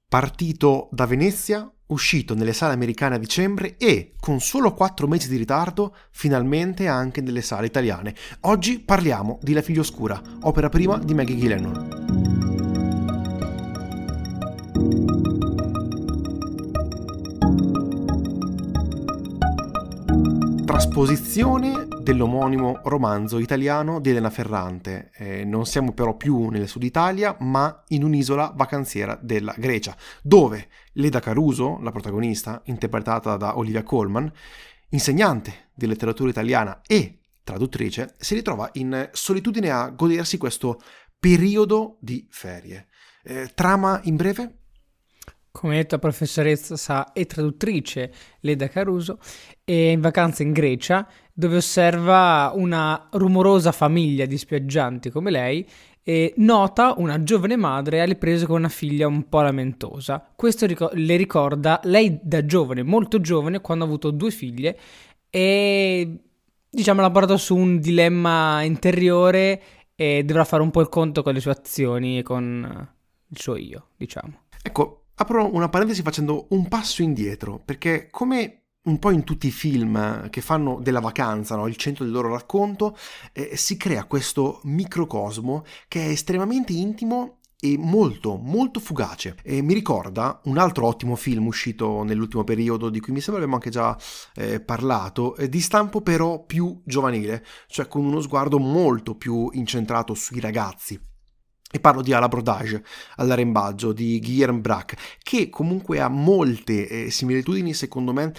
Partito da Venezia, uscito nelle sale americane a dicembre e, con solo 4 mesi di ritardo, finalmente anche nelle sale italiane. Oggi parliamo di La figlia oscura, opera prima di Maggie Gyllenhaal. Trasposizione dell'omonimo romanzo italiano di Elena Ferrante. Non siamo però più nel sud Italia, ma in un'isola vacanziera della Grecia, dove Leda Caruso, la protagonista, interpretata da Olivia Colman, insegnante di letteratura italiana e traduttrice, si ritrova in solitudine a godersi questo periodo di ferie. Trama in breve? Come detto, la professoressa e traduttrice Leda Caruso è in vacanza in Grecia, dove osserva una rumorosa famiglia di spiaggianti come lei e nota una giovane madre alle prese con una figlia un po' lamentosa. Questo le ricorda lei da giovane, molto giovane, quando ha avuto 2 figlie e l'ha portato su un dilemma interiore e dovrà fare un po' il conto con le sue azioni e con il suo io, diciamo. Ecco, apro una parentesi facendo un passo indietro, perché come un po' in tutti i film che fanno della vacanza, no, il centro del loro racconto, si crea questo microcosmo che è estremamente intimo e molto, molto fugace. E mi ricorda un altro ottimo film uscito nell'ultimo periodo, di cui mi sembra abbiamo anche già parlato, di stampo però più giovanile, cioè con uno sguardo molto più incentrato sui ragazzi. E parlo di L'Abordage, all'arrembaggio di Guillaume Braque, che comunque ha molte similitudini secondo me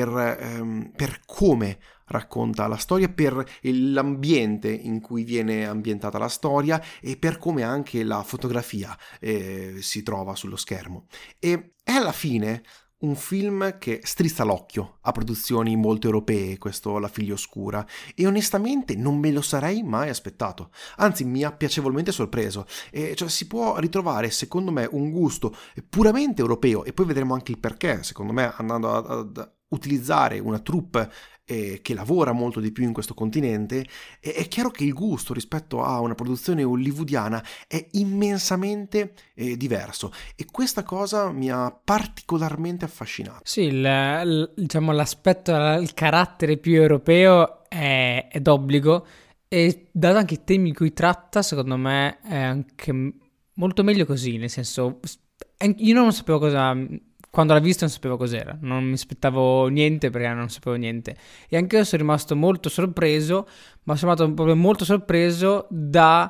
per come racconta la storia, per l'ambiente in cui viene ambientata la storia e per come anche la fotografia si trova sullo schermo. E è alla fine un film che strizza l'occhio a produzioni molto europee, questo La figlia oscura, e onestamente non me lo sarei mai aspettato, anzi mi ha piacevolmente sorpreso, cioè si può ritrovare secondo me un gusto puramente europeo, e poi vedremo anche il perché, secondo me andando ad utilizzare una troupe che lavora molto di più in questo continente, è chiaro che il gusto rispetto a una produzione hollywoodiana è immensamente diverso, e questa cosa mi ha particolarmente affascinato. Sì, l'aspetto, il carattere più europeo è d'obbligo, e dato anche i temi di cui tratta, secondo me è anche molto meglio così, nel senso, io non sapevo cosa. Quando l'ho visto non sapevo cos'era, non mi aspettavo niente perché non sapevo niente. E anche io sono rimasto molto sorpreso, ma sono rimasto proprio molto sorpreso da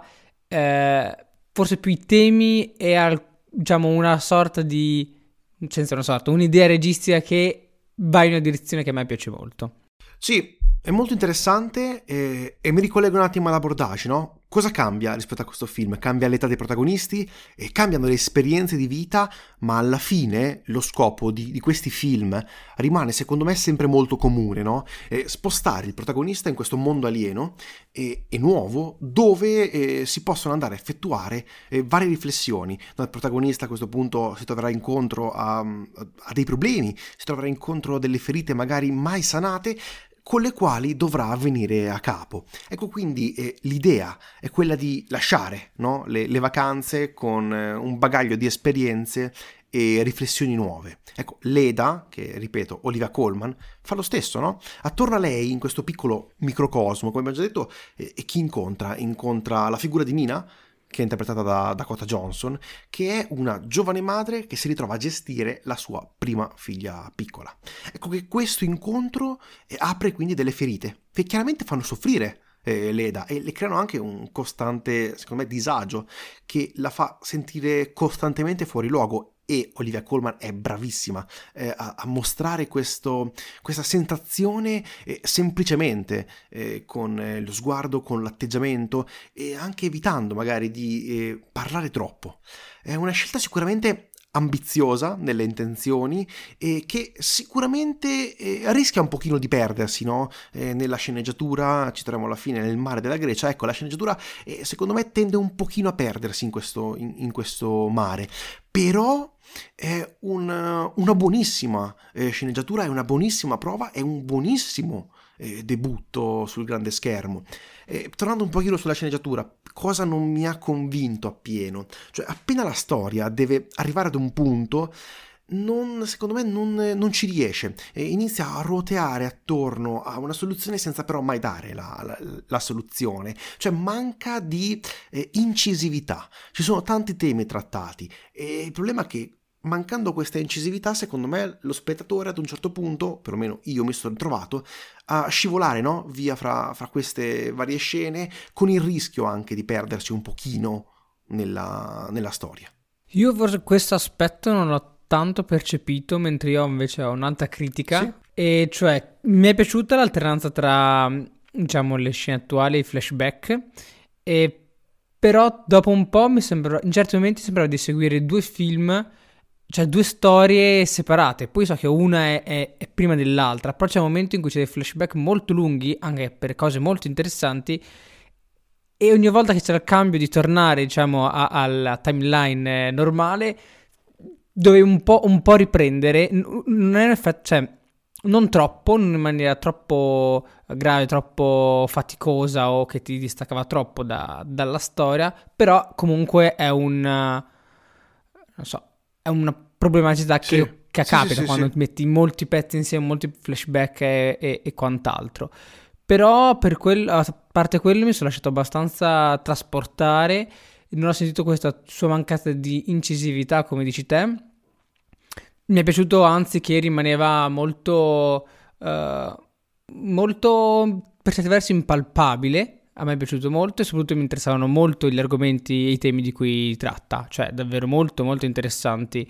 forse più i temi e una sorta di, senza una sorta, un'idea registica che va in una direzione che a me piace molto. Sì, è molto interessante e mi ricollego un attimo all'Abordage, no? Cosa cambia rispetto a questo film? Cambia l'età dei protagonisti, e cambiano le esperienze di vita, ma alla fine lo scopo di questi film rimane secondo me sempre molto comune, no? Spostare il protagonista in questo mondo alieno e nuovo, dove si possono andare a effettuare varie riflessioni. Il protagonista a questo punto si troverà incontro a dei problemi, si troverà incontro a delle ferite magari mai sanate, con le quali dovrà venire a capo. Ecco, quindi l'idea è quella di lasciare, no, le vacanze con un bagaglio di esperienze e riflessioni nuove. Ecco, Leda, che ripeto, Olivia Colman, fa lo stesso, no? Attorno a lei, in questo piccolo microcosmo, come abbiamo già detto, chi incontra? Incontra la figura di Nina, che è interpretata da Dakota Johnson, che è una giovane madre che si ritrova a gestire la sua prima figlia piccola. Ecco che questo incontro apre quindi delle ferite che chiaramente fanno soffrire Leda, e le creano anche un costante, secondo me, disagio che la fa sentire costantemente fuori luogo. E Olivia Colman è bravissima a mostrare questa sensazione semplicemente, con lo sguardo, con l'atteggiamento, e anche evitando magari di parlare troppo. È una scelta sicuramente ambiziosa nelle intenzioni e che sicuramente rischia un pochino di perdersi, no? Nella sceneggiatura, ci troviamo alla fine nel mare della Grecia, ecco, la sceneggiatura secondo me tende un pochino a perdersi in questo mare, però è una buonissima sceneggiatura, è una buonissima prova, è un buonissimo debutto sul grande schermo. Tornando un pochino sulla sceneggiatura, cosa non mi ha convinto appieno? Cioè, appena la storia deve arrivare ad un punto, secondo me non ci riesce, inizia a ruoteare attorno a una soluzione senza però mai dare la soluzione, cioè manca di incisività. Ci sono tanti temi trattati e il problema è che mancando questa incisività, secondo me lo spettatore ad un certo punto, perlomeno io mi sono trovato a scivolare, no? Via fra queste varie scene, con il rischio anche di perdersi un pochino nella storia. Io forse questo aspetto non l'ho tanto percepito, mentre io invece ho un'altra critica, Sì. e cioè mi è piaciuta l'alternanza tra, diciamo, le scene attuali e i flashback, e però dopo un po' in certi momenti sembrava di seguire due film, cioè due storie separate. Poi so che una è prima dell'altra, però c'è un momento in cui c'è dei flashback molto lunghi, anche per cose molto interessanti, e ogni volta che c'è il cambio di tornare, diciamo, alla timeline normale, dove un po' riprendere, non è un effetto, cioè non troppo, non in maniera troppo grave, troppo faticosa o che ti distaccava troppo dalla storia, però comunque è non so, è una problematicità Sì. che Sì, capita sì, quando sì. metti molti pezzi insieme, molti flashback e quant'altro. Però a parte quello mi sono lasciato abbastanza trasportare, non ho sentito questa sua mancanza di incisività, come dici te. Mi è piaciuto anzi che rimaneva molto per certi versi impalpabile. A me è piaciuto molto e soprattutto mi interessavano molto gli argomenti e i temi di cui tratta, cioè davvero molto molto interessanti,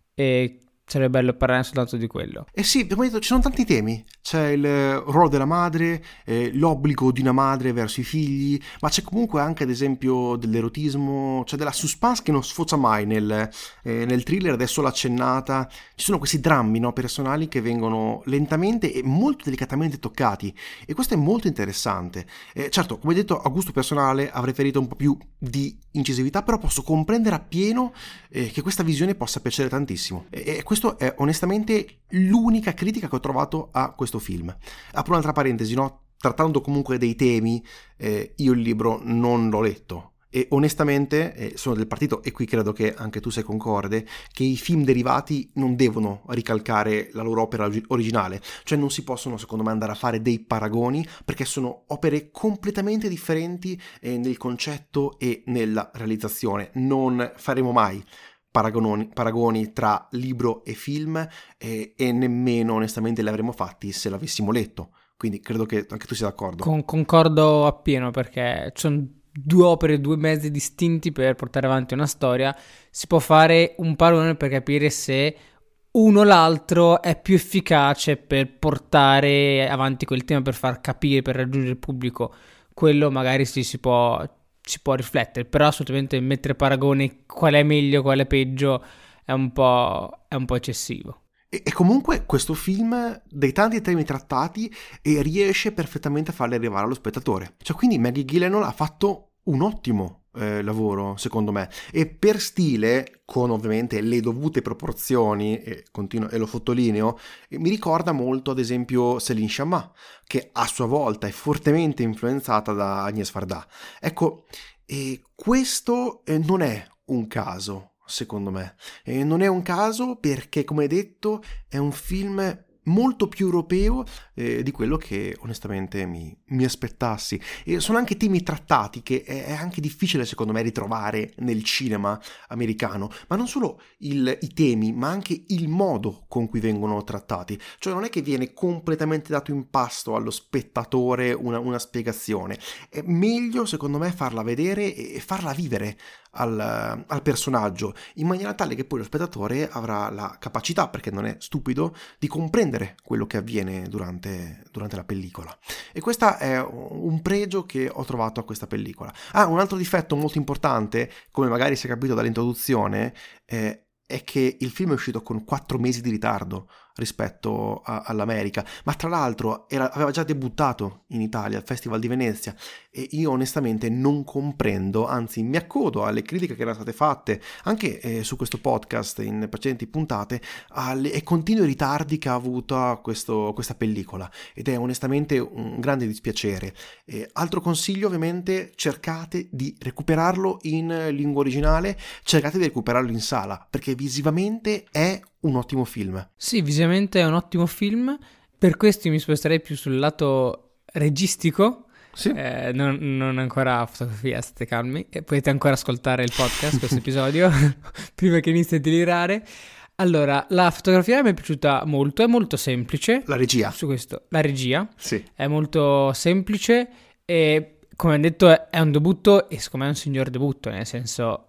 e sarebbe bello parlare soltanto di quello. Eh sì, come detto, ci sono tanti temi. C'è il ruolo della madre, l'obbligo di una madre verso i figli, ma c'è comunque anche, ad esempio, dell'erotismo, c'è della suspense che non sfocia mai nel thriller, ed è solo accennata. Ci sono questi drammi, no, personali che vengono lentamente e molto delicatamente toccati, e questo è molto interessante. Certo, come detto, a gusto personale avrei preferito un po' più di incisività, però posso comprendere appieno che questa visione possa piacere tantissimo. E questo è onestamente l'unica critica che ho trovato a questo film. Apro un'altra parentesi, no? Trattando comunque dei temi, io il libro non l'ho letto e onestamente sono del partito, e qui credo che anche tu sei concorde, che i film derivati non devono ricalcare la loro opera originale, cioè non si possono secondo me andare a fare dei paragoni, perché sono opere completamente differenti nel concetto e nella realizzazione. Non faremo mai paragoni tra libro e film, e nemmeno onestamente li avremmo fatti se l'avessimo letto, quindi credo che anche tu sia d'accordo. Concordo appieno, perché sono due opere, due mezzi distinti per portare avanti una storia. Si può fare un paragone per capire se uno o l'altro è più efficace per portare avanti quel tema, per far capire, per raggiungere il pubblico. Quello magari si può riflettere, però assolutamente mettere paragoni, qual è meglio, qual è peggio, è un po' eccessivo. E comunque questo film, dei tanti temi trattati, riesce perfettamente a farli arrivare allo spettatore. Cioè, quindi Maggie Gyllenhaal ha fatto un ottimo lavoro, secondo me, e per stile, con ovviamente le dovute proporzioni, e lo sottolineo, mi ricorda molto ad esempio Céline Sciamma, che a sua volta è fortemente influenzata da Agnès Varda. Ecco, questo non è un caso, secondo me. Non è un caso perché, come detto, è un film molto più europeo di quello che onestamente mi aspettassi, e sono anche temi trattati che è anche difficile secondo me ritrovare nel cinema americano, ma non solo i temi, ma anche il modo con cui vengono trattati. Cioè non è che viene completamente dato in pasto allo spettatore una spiegazione, è meglio secondo me farla vedere e farla vivere al personaggio, in maniera tale che poi lo spettatore avrà la capacità, perché non è stupido, di comprendere quello che avviene durante la pellicola. E questo è un pregio che ho trovato a questa pellicola. Un altro difetto molto importante, come magari si è capito dall'introduzione, è che il film è uscito con 4 mesi di ritardo rispetto all'America, ma tra l'altro aveva già debuttato in Italia al Festival di Venezia, e io onestamente non comprendo, anzi mi accodo alle critiche che erano state fatte anche su questo podcast in precedenti puntate, e continui ritardi che ha avuto questa pellicola, ed è onestamente un grande dispiacere. Altro consiglio, ovviamente, cercate di recuperarlo in lingua originale, cercate di recuperarlo in sala, perché visivamente è un ottimo film. Sì, visivamente è un ottimo film, per questo mi sposterei più sul lato registico. Sì. Non ancora fotografia, state calmi, e potete ancora ascoltare il podcast, questo episodio, prima che inizi a delirare. Allora, la fotografia mi è piaciuta molto, è molto semplice. La regia. Su questo, la regia Sì. è molto semplice e, come ho detto, è un debutto, e secondo me è un signor debutto, nel senso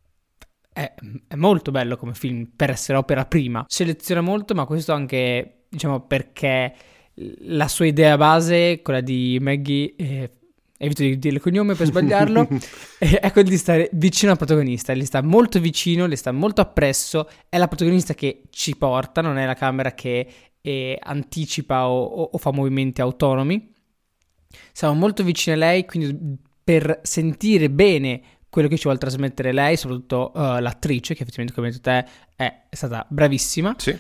è molto bello come film per essere opera prima. Seleziona molto, ma questo anche, diciamo, perché la sua idea base, quella di Maggie, evito di dire il cognome per sbagliarlo, è quello di stare vicino al protagonista. Gli sta molto vicino, gli sta molto appresso, è la protagonista che ci porta, non è la camera che anticipa o fa movimenti autonomi. Siamo molto vicini a lei, quindi per sentire bene quello che ci vuole trasmettere lei, soprattutto l'attrice, che effettivamente, come hai detto te, è stata bravissima. Sì.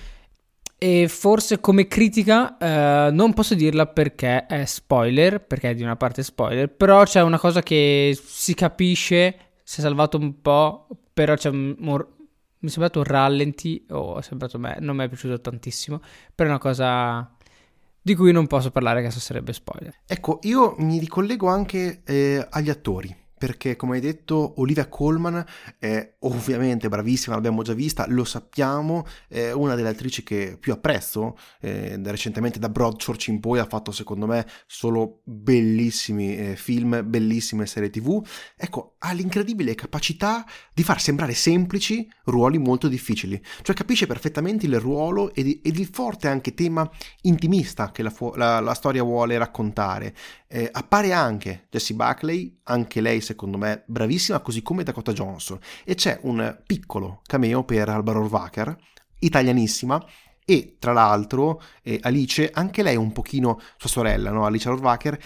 E forse come critica non posso dirla perché è spoiler, perché è di una parte spoiler, però c'è una cosa che si capisce, si è salvato un po', però c'è mi è sembrato un rallenti, o è sembrato non mi è piaciuto tantissimo, però è una cosa di cui non posso parlare, che sarebbe spoiler. Ecco, io mi ricollego anche agli attori, perché come hai detto Olivia Colman è ovviamente bravissima, l'abbiamo già vista, lo sappiamo, è una delle attrici che più apprezzo, recentemente da Broadchurch in poi ha fatto secondo me solo bellissimi film, bellissime serie TV. Ecco, ha l'incredibile capacità di far sembrare semplici ruoli molto difficili, cioè capisce perfettamente il ruolo ed il forte anche tema intimista che la storia vuole raccontare. Appare anche Jessie Buckley, anche lei secondo me bravissima, così come Dakota Johnson, e c'è un piccolo cameo per Alba Rohrwacher, italianissima, e tra l'altro Alice, anche lei un pochino sua sorella, no? Alice Rohrwacher,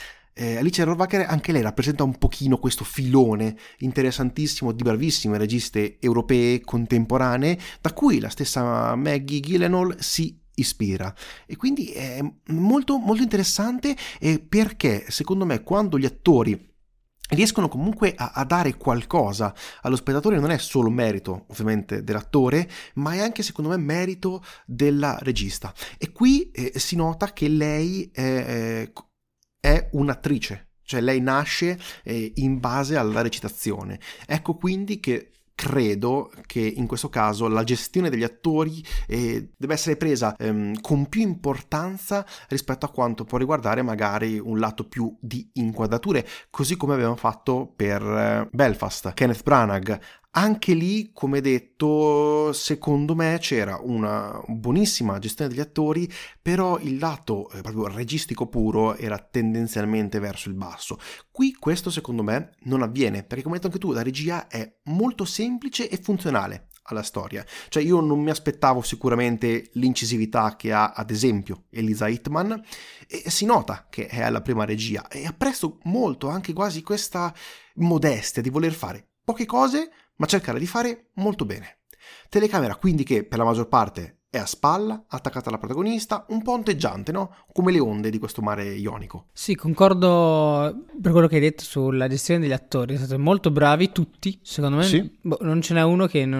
anche lei rappresenta un pochino questo filone interessantissimo di bravissime registe europee contemporanee, da cui la stessa Maggie Gyllenhaal si ispira, e quindi è molto molto interessante, perché secondo me quando gli attori riescono comunque a dare qualcosa allo spettatore, non è solo merito ovviamente dell'attore, ma è anche secondo me merito della regista, e qui si nota che lei è un'attrice, cioè lei nasce in base alla recitazione. Ecco quindi che credo che in questo caso la gestione degli attori deve essere presa con più importanza rispetto a quanto può riguardare magari un lato più di inquadrature, così come abbiamo fatto per Belfast, Kenneth Branagh. Anche lì, come detto, secondo me c'era una buonissima gestione degli attori, però il lato proprio registico puro era tendenzialmente verso il basso. Qui questo secondo me non avviene, perché come hai detto anche tu, la regia è molto semplice e funzionale alla storia. Cioè io non mi aspettavo sicuramente l'incisività che ha ad esempio Eliza Hittman, e si nota che è alla prima regia, e apprezzo molto anche quasi questa modestia di voler fare poche cose ma cercare di fare molto bene. Telecamera quindi che per la maggior parte è a spalla, attaccata alla protagonista, un po' onteggiante, no? Come le onde di questo mare ionico. Sì, concordo per quello che hai detto sulla gestione degli attori, siete molto bravi tutti, secondo me. Sì. Non ce n'è uno che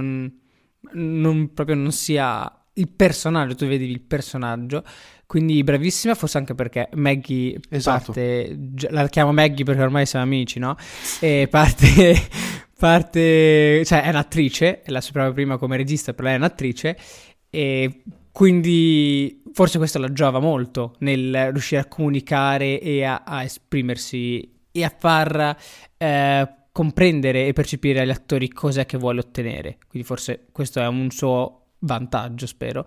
non proprio non sia il personaggio, tu vedi il personaggio, quindi bravissima, forse anche perché Maggie Esatto. la chiamo Maggie perché ormai siamo amici, no? E cioè è un'attrice, è la sua prova prima come regista, però lei è un'attrice, e quindi forse questo la giova molto nel riuscire a comunicare e a esprimersi e a far comprendere e percepire agli attori cos'è che vuole ottenere, quindi forse questo è un suo vantaggio, spero.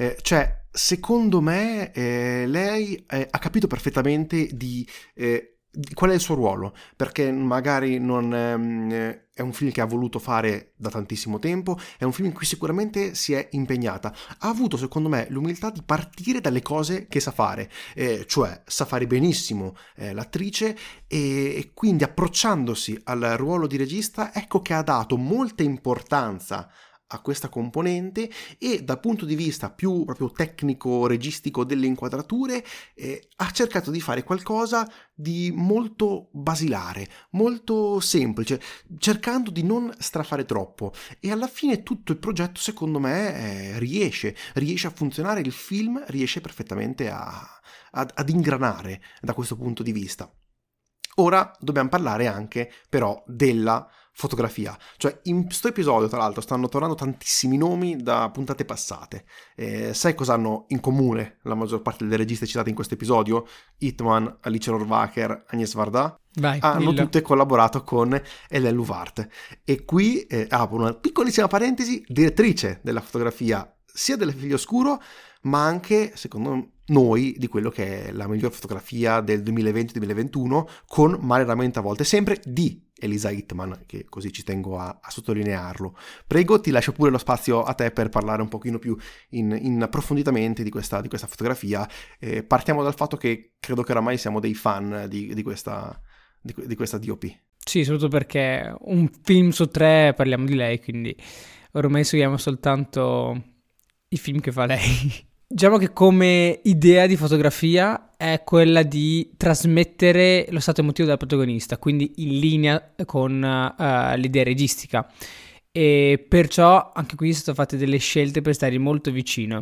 Secondo me lei ha capito perfettamente di qual è il suo ruolo, perché magari non è un film che ha voluto fare da tantissimo tempo, è un film in cui sicuramente si è impegnata, ha avuto secondo me l'umiltà di partire dalle cose che sa fare, cioè sa fare benissimo l'attrice e quindi approcciandosi al ruolo di regista, ecco che ha dato molta importanza a questa componente e dal punto di vista più proprio tecnico registico delle inquadrature ha cercato di fare qualcosa di molto basilare, molto semplice, cercando di non strafare troppo, e alla fine tutto il progetto secondo me riesce a funzionare, il film riesce perfettamente ad ingranare da questo punto di vista. Ora dobbiamo parlare anche però della fotografia, cioè in questo episodio tra l'altro stanno tornando tantissimi nomi da puntate passate. Sai cosa hanno in comune la maggior parte delle registe citate in questo episodio? Hitman, Alice Rohrwacher, Agnès Varda? Vai, Hanno dillo. tutte collaborato con Hélène Louvart, e qui apro una piccolissima parentesi, direttrice della fotografia sia delle Figlio Oscuro ma anche secondo noi di quello che è la miglior fotografia del 2020-2021, con Male raramente a volte sempre di Elisa Hittman, che così ci tengo a sottolinearlo. Prego, ti lascio pure lo spazio a te per parlare un pochino più in approfonditamente di questa fotografia. Partiamo dal fatto che credo che oramai siamo dei fan di questa DOP. Sì, soprattutto perché un film su 3 parliamo di lei, quindi ormai seguiamo soltanto i film che fa lei. Diciamo che come idea di fotografia è quella di trasmettere lo stato emotivo della protagonista, quindi in linea con l'idea registica, e perciò anche qui sono state fatte delle scelte per stare molto vicino.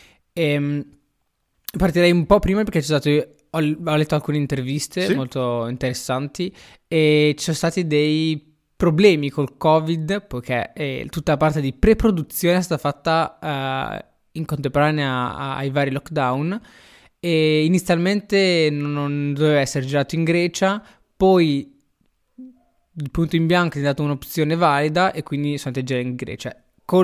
Partirei un po' prima perché ho letto alcune interviste molto interessanti e ci sono stati dei problemi col Covid, poiché tutta la parte di pre-produzione è stata fatta in contemporanea ai vari lockdown, e inizialmente non doveva essere girato in Grecia, poi il punto in bianco è dato un'opzione valida e quindi sono andati a girare in Grecia.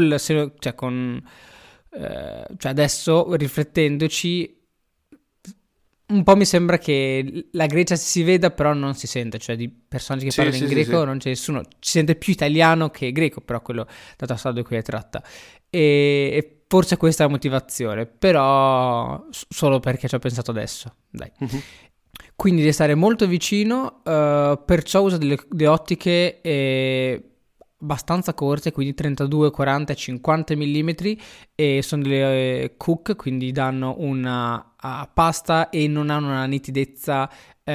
Adesso riflettendoci un po' mi sembra che la Grecia si veda però non si sente, cioè di personaggi che parlano in greco non c'è nessuno, ci sente più italiano che greco, però quello dato a stato di cui è tratta, e forse questa è la motivazione, però solo perché ci ho pensato adesso, dai. Quindi devi stare molto vicino, perciò uso delle ottiche abbastanza corte, quindi 32, 40 e 50 mm, e sono delle Cook, quindi danno una pasta e non hanno una nitidezza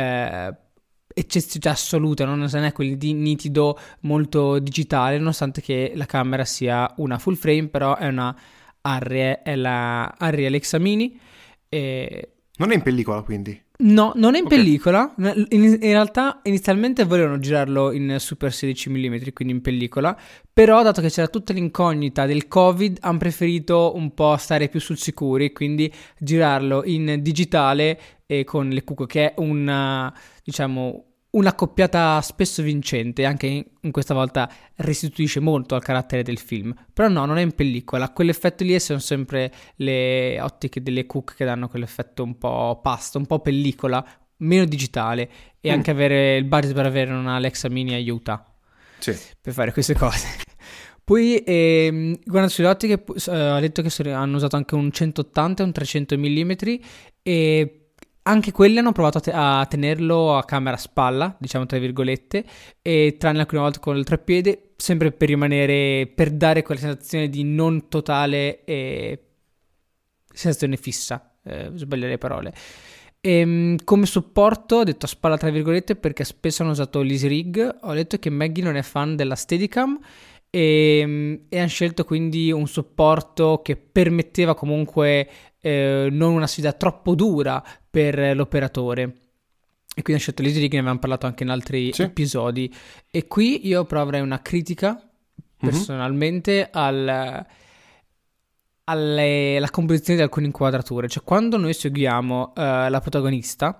assoluta, non è quel di nitido molto digitale, nonostante che la camera sia una full frame, però è una Arri, è la Arri Alexa Mini. Non è in pellicola quindi? No, non è in pellicola. In realtà inizialmente volevano girarlo in super 16 mm, quindi in pellicola, però dato che c'era tutta l'incognita del Covid hanno preferito un po' stare più sul sicuro, quindi girarlo in digitale e con le cuoche, che è una coppiata spesso vincente, anche in questa volta restituisce molto al carattere del film. Però no, non è in pellicola, quell'effetto lì sono sempre le ottiche delle Cook che danno quell'effetto un po' pasta, un po' pellicola, meno digitale, e anche avere il budget per avere una Alexa Mini aiuta per fare queste cose. Poi guardando sulle ottiche ho letto che hanno usato anche un 180 e un 300 mm, e anche quelli hanno provato a tenerlo a camera a spalla, diciamo tra virgolette, e tranne la prima volta con il treppiede, sempre per dare quella sensazione di non totale sensazione fissa, sbagliare le parole. Come supporto ho detto a spalla tra virgolette perché spesso hanno usato l'Easy Rig. Ho detto che Maggie non è fan della Steadicam e hanno scelto quindi un supporto che permetteva comunque non una sfida troppo dura per l'operatore, e quindi ho scelto l'Easy Rig, ne avevamo parlato anche in altri episodi. E qui io però avrei una critica personalmente alla composizione di alcune inquadrature. Cioè, quando noi seguiamo la protagonista,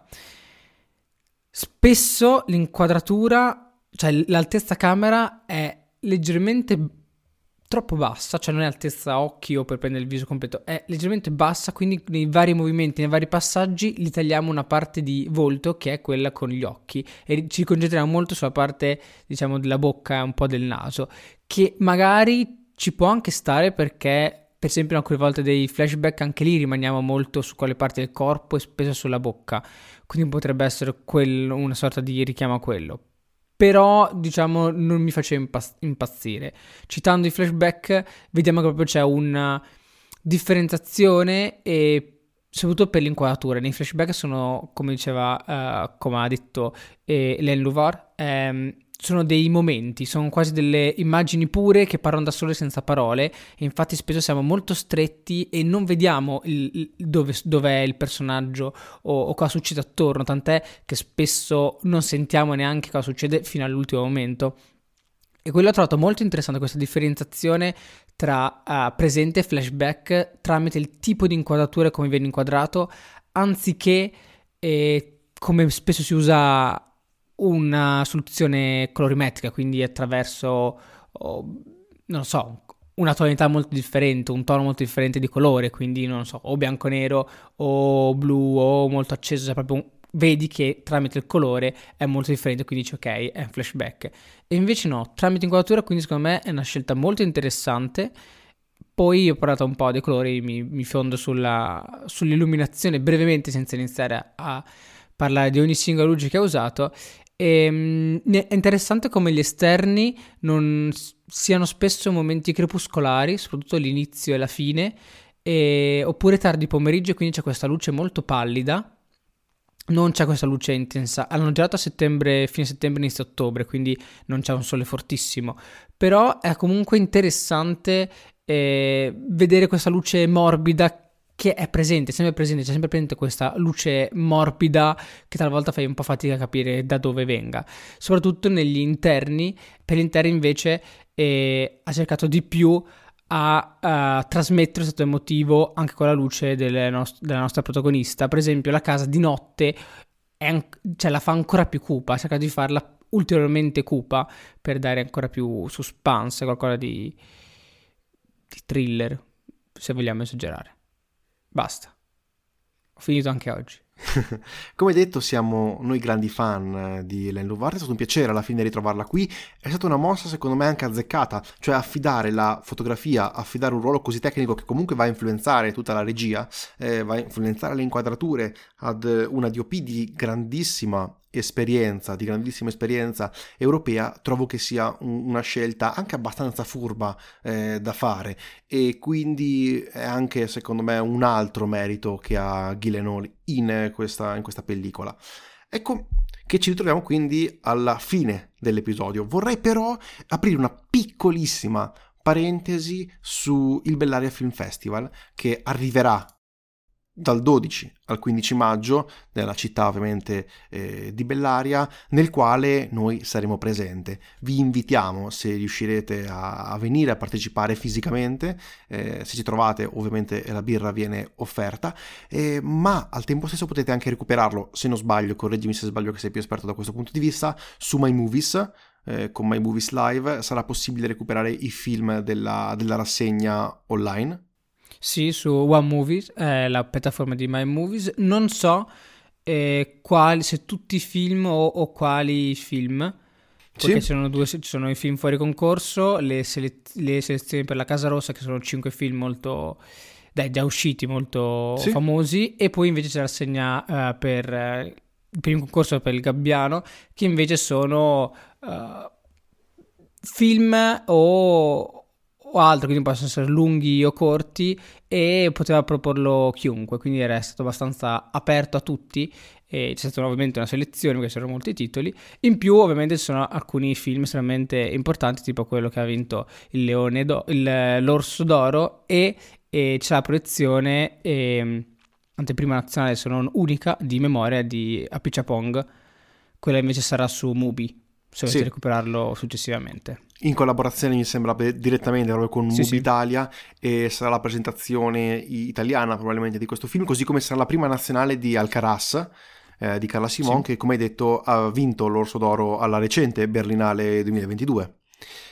spesso l'inquadratura, cioè l'altezza camera è leggermente troppo bassa, cioè non è altezza occhi o per prendere il viso completo, è leggermente bassa, quindi nei vari movimenti, nei vari passaggi gli tagliamo una parte di volto che è quella con gli occhi e ci concentriamo molto sulla parte, diciamo, della bocca e un po' del naso, che magari ci può anche stare perché per esempio in alcune volte dei flashback anche lì rimaniamo molto su quelle parti del corpo e spesso sulla bocca, quindi potrebbe essere una sorta di richiamo a quello. Però, diciamo, non mi faceva impazzire. Citando i flashback, vediamo che proprio c'è una differenziazione e soprattutto per l'inquadratura. Nei flashback sono, come diceva, come ha detto Hélène Louvard, sono dei momenti, sono quasi delle immagini pure che parlano da sole senza parole e infatti spesso siamo molto stretti e non vediamo dove è il personaggio o cosa succede attorno, tant'è che spesso non sentiamo neanche cosa succede fino all'ultimo momento. E quello ho trovato molto interessante, questa differenziazione tra presente e flashback tramite il tipo di inquadratura e come viene inquadrato, anziché come spesso si usa una soluzione colorimetrica, quindi attraverso, non so, una tonalità molto differente, un tono molto differente di colore, quindi non so, o bianco nero o blu o molto acceso, cioè proprio vedi che tramite il colore è molto differente, quindi dici ok, è un flashback. E invece no, tramite inquadratura, quindi secondo me è una scelta molto interessante. Poi ho parlato un po' dei colori, mi fondo sull'illuminazione brevemente senza iniziare a parlare di ogni singola luce che ha usato. È interessante come gli esterni non siano spesso momenti crepuscolari, soprattutto all'inizio e alla fine, oppure tardi pomeriggio, quindi c'è questa luce molto pallida. Non c'è questa luce intensa. Hanno girato a settembre, fine settembre, inizio ottobre, quindi non c'è un sole fortissimo. Però è comunque interessante vedere questa luce morbida che è presente, sempre presente, c'è sempre presente questa luce morbida che talvolta fai un po' fatica a capire da dove venga, soprattutto negli interni. Per gli interni invece ha cercato di più a trasmettere stato emotivo anche con la luce della nostra protagonista. Per esempio la casa di notte cioè la fa ancora più cupa, ha cercato di farla ulteriormente cupa per dare ancora più suspense, qualcosa di thriller, se vogliamo esagerare. Basta, ho finito anche oggi. Come detto, siamo noi grandi fan di Hélène Louvard, è stato un piacere alla fine ritrovarla qui, è stata una mossa secondo me anche azzeccata, cioè affidare la fotografia, affidare un ruolo così tecnico che comunque va a influenzare tutta la regia, va a influenzare le inquadrature ad una DOP di grandissima esperienza europea, trovo che sia una scelta anche abbastanza furba da fare, e quindi è anche secondo me un altro merito che ha Gyllenhaal in questa pellicola. Ecco che ci ritroviamo quindi alla fine dell'episodio. Vorrei però aprire una piccolissima parentesi su il Bellaria Film Festival che arriverà dal 12 al 15 maggio nella città ovviamente di Bellaria, nel quale noi saremo presenti. Vi invitiamo, se riuscirete a venire a partecipare fisicamente, se ci trovate ovviamente la birra viene offerta, ma al tempo stesso potete anche recuperarlo, se non sbaglio, correggimi se sbaglio che sei più esperto da questo punto di vista, su My Movies. Con My Movies Live sarà possibile recuperare i film della rassegna online. Sì, su One Movies, la piattaforma di My Movies. Non so se tutti i film o quali film, perché Sì. ci sono i film fuori concorso, le selezioni per la Casa Rossa, che sono 5 film molto, già usciti, molto Sì. famosi, e poi invece c'è la rassegna per il primo concorso per il Gabbiano, che invece sono film o altro, quindi possono essere lunghi o corti, e poteva proporlo chiunque, quindi era stato abbastanza aperto a tutti, e c'è stata ovviamente una selezione perché c'erano molti titoli. In più ovviamente ci sono alcuni film estremamente importanti, tipo quello che ha vinto l'Orso d'Oro, e c'è la proiezione anteprima nazionale, se non unica, di memoria di Apichatpong. Quella invece sarà su Mubi, se volete recuperarlo successivamente. In collaborazione mi sembra direttamente proprio con Mubi Italia, e sarà la presentazione italiana probabilmente di questo film, così come sarà la prima nazionale di Alcaraz, di Carla Simon, che come hai detto ha vinto l'Orso d'Oro alla recente Berlinale 2022.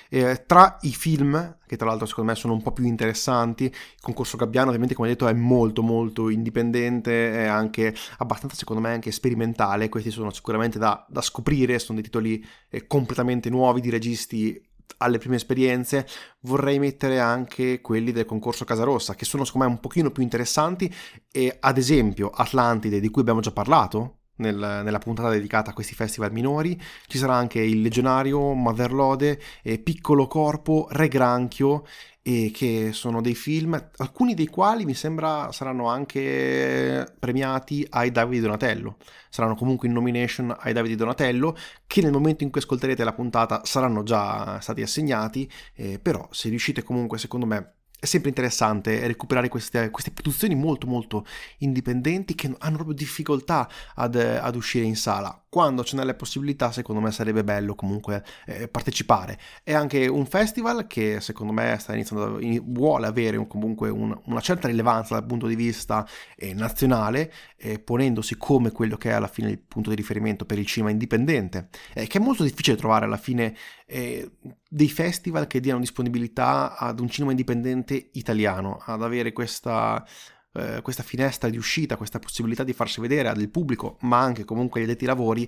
Tra i film, che tra l'altro secondo me sono un po' più interessanti, il concorso Gabbiano ovviamente, come detto, è molto molto indipendente, è anche abbastanza, secondo me, anche sperimentale. Questi sono sicuramente da scoprire, sono dei titoli completamente nuovi di registi alle prime esperienze. Vorrei mettere anche quelli del concorso Casarossa, che sono secondo me un pochino più interessanti, e ad esempio Atlantide, di cui abbiamo già parlato nella puntata dedicata a questi festival minori. Ci sarà anche Il Legionario, Motherlode, Piccolo Corpo, Re Granchio, e che sono dei film, alcuni dei quali mi sembra saranno anche premiati ai David di Donatello, saranno comunque in nomination ai David di Donatello, che nel momento in cui ascolterete la puntata saranno già stati assegnati, però se riuscite comunque, secondo me, è sempre interessante recuperare queste produzioni molto molto indipendenti che hanno proprio difficoltà ad uscire in sala. Quando ce n'è la possibilità, secondo me sarebbe bello comunque partecipare. È anche un festival che secondo me sta iniziando, vuole avere comunque una certa rilevanza dal punto di vista nazionale, ponendosi come quello che è alla fine il punto di riferimento per il cinema indipendente, che è molto difficile trovare alla fine dei festival che diano disponibilità ad un cinema indipendente italiano, ad avere questa finestra di uscita, questa possibilità di farsi vedere al pubblico, ma anche comunque agli addetti ai lavori,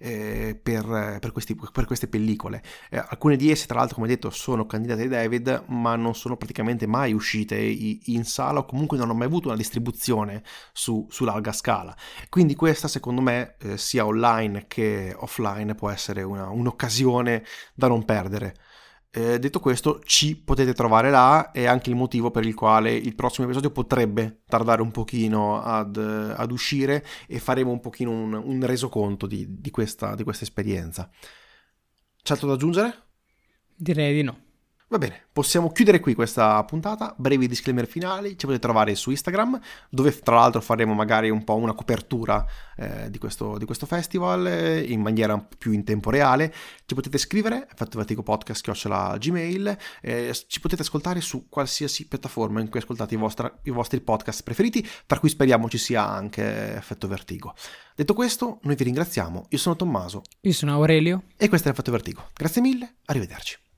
per queste pellicole. Alcune di esse, tra l'altro, come detto, sono candidate ai David, ma non sono praticamente mai uscite in sala, o comunque non hanno mai avuto una distribuzione su larga scala. Quindi questa, secondo me, sia online che offline, può essere un'occasione da non perdere. Detto questo, ci potete trovare là, è anche il motivo per il quale il prossimo episodio potrebbe tardare un pochino ad uscire, e faremo un pochino un resoconto di questa esperienza. C'è altro da aggiungere? Direi di no. Va bene, possiamo chiudere qui questa puntata. Brevi disclaimer finali: ci potete trovare su Instagram, dove tra l'altro faremo magari un po' una copertura di questo festival in maniera un po' più in tempo reale. Ci potete scrivere, effettovertigopodcast@gmail.com, ci potete ascoltare su qualsiasi piattaforma in cui ascoltate i vostri podcast preferiti, tra cui speriamo ci sia anche Effetto Vertigo. Detto questo, noi vi ringraziamo. Io sono Tommaso. Io sono Aurelio. E questo è Effetto Vertigo. Grazie mille, arrivederci.